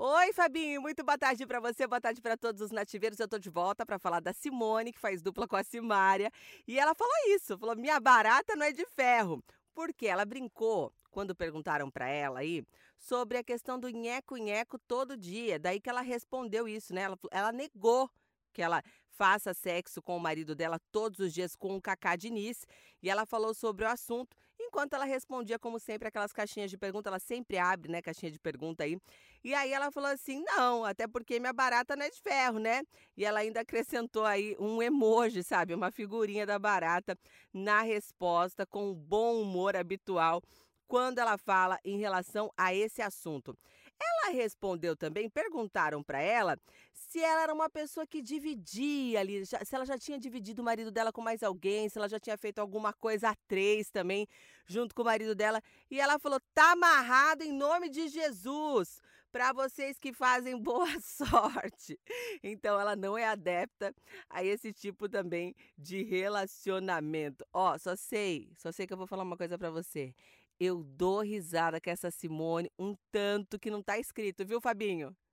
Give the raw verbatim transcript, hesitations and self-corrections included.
Oi, Fabinho, muito boa tarde pra você, boa tarde pra todos os nativeiros. Eu tô de volta pra falar da Simone, que faz dupla com a Simária, e ela falou isso, falou: "Minha barata não é de ferro", porque ela brincou quando perguntaram pra ela aí sobre a questão do nheco-nheco todo dia, daí que ela respondeu isso, né, ela fa ela negou que ela faça sexo com o marido dela todos os dias com o Cacá Diniz, e ela falou sobre o assunto, enquanto ela respondia, como sempre, aquelas caixinhas de pergunta, ela sempre abre, né, caixinha de pergunta aí, e aí ela falou assim: "Não, até porque minha barata não é de ferro, né". E ela ainda acrescentou aí um emoji, sabe, uma figurinha da barata na resposta, com o bom humor habitual, quando ela fala em relação a esse assunto. Ela respondeu também, perguntaram para ela se ela era uma pessoa que dividia ali, já se ela já tinha dividido o marido dela com mais alguém, se ela já tinha feito alguma coisa a três também, junto com o marido dela, e ela falou: "Tá amarrado em nome de Jesus, para vocês que fazem boa sorte". Então ela não é adepta a esse tipo também de relacionamento. Ó, só sei, só sei que eu vou falar uma coisa para você, eu dou risada com essa Simone um tanto que não tá escrito, viu, Fabinho?